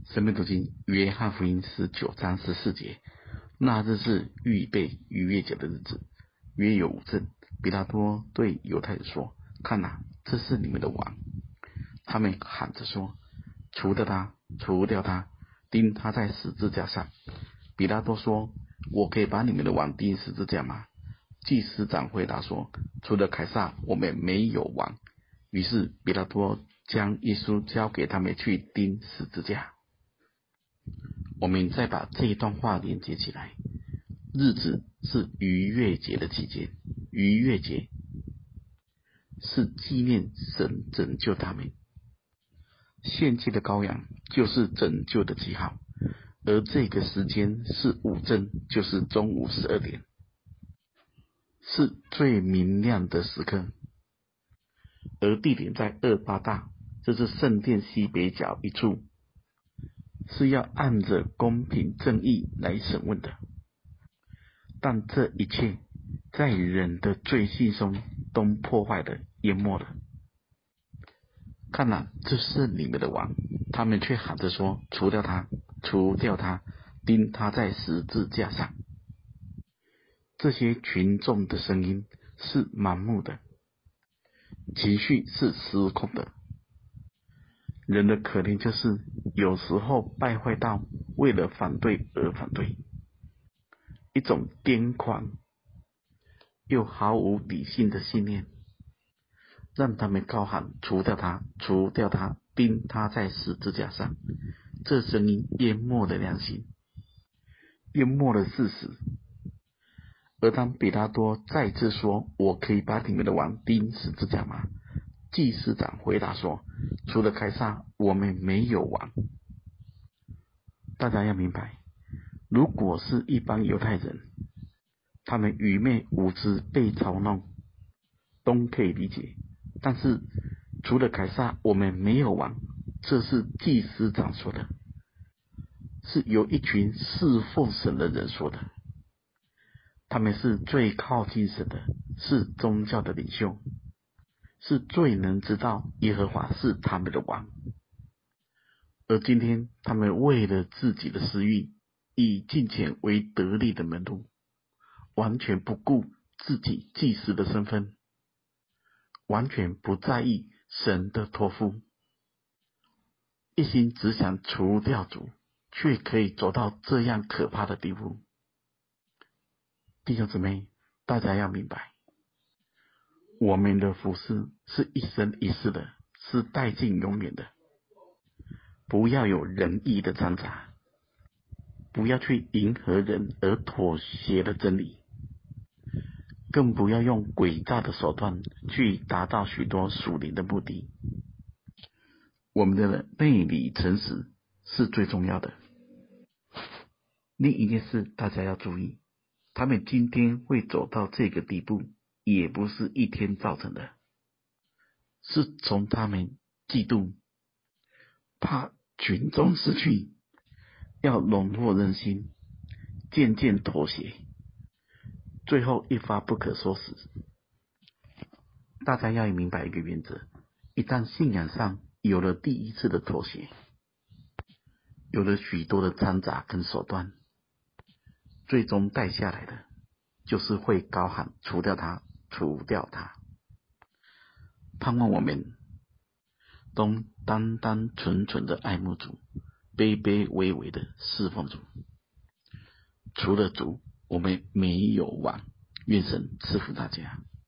生命读经约翰福音19章14节，那日是预备逾越节的日子，约有午正，比拉多对犹太人说：看哪，这是你们的王。他们喊着说：除掉他，除掉他，钉他在十字架上。比拉多说：我可以把你们的王钉十字架吗？祭司长回答说：除了凯撒，我们没有王。于是比拉多将耶稣交给他们去钉十字架。我们再把这一段话连接起来，日子是逾越节的期间，逾越节是纪念神拯救他们，献祭的羔羊就是拯救的记号，而这个时间是午正，就是中午12点，是最明亮的时刻，而地点在厄巴大，这是圣殿西北角一处，是要按着公平正义来审问的。但这一切在人的罪性中都破坏了，淹没了。看哪，这是你们的王。他们却喊着说：除掉他，除掉他，钉他在十字架上。这些群众的声音是盲目的，情绪是失控的。人的可怜就是有时候败坏到为了反对而反对，一种癫狂又毫无理性的信念，让他们高喊：除掉他，除掉他，钉他在十字架上。这声音淹没了良心，淹没了事实。而当比拉多再次说：我可以把你们的王钉十字架吗？祭司长回答说：除了凯撒，我们没有王。大家要明白，如果是一般犹太人，他们愚昧无知被操弄都可以理解，但是除了凯撒，我们没有王，这是祭司长说的，是由一群侍奉神的人说的。他们是最靠近神的，是宗教的领袖，是最能知道耶和华是他们的王。而今天他们为了自己的私欲，以金钱为得利的门路，完全不顾自己祭司的身份，完全不在意神的托付，一心只想除掉主，却可以走到这样可怕的地步。弟兄姊妹，大家要明白，我们的服事是一生一世的，是带进永远的。不要有仁义的掺杂，不要去迎合人而妥协的真理，更不要用诡诈的手段去达到许多属灵的目的。我们的内里诚实是最重要的。另一件事大家要注意，他们今天会走到这个地步，也不是一天造成的，是从他们嫉妒，怕群众失去，要笼络人心，渐渐妥协，最后一发不可收拾。大家要明白一个原则，一旦信仰上有了第一次的妥协，有了许多的掺杂跟手段，最终带下来的就是会高喊：除掉他，除掉他。盼望我们都单单纯纯的爱慕主，卑卑微微的侍奉主。除了主，我们没有王。愿神赐福大家。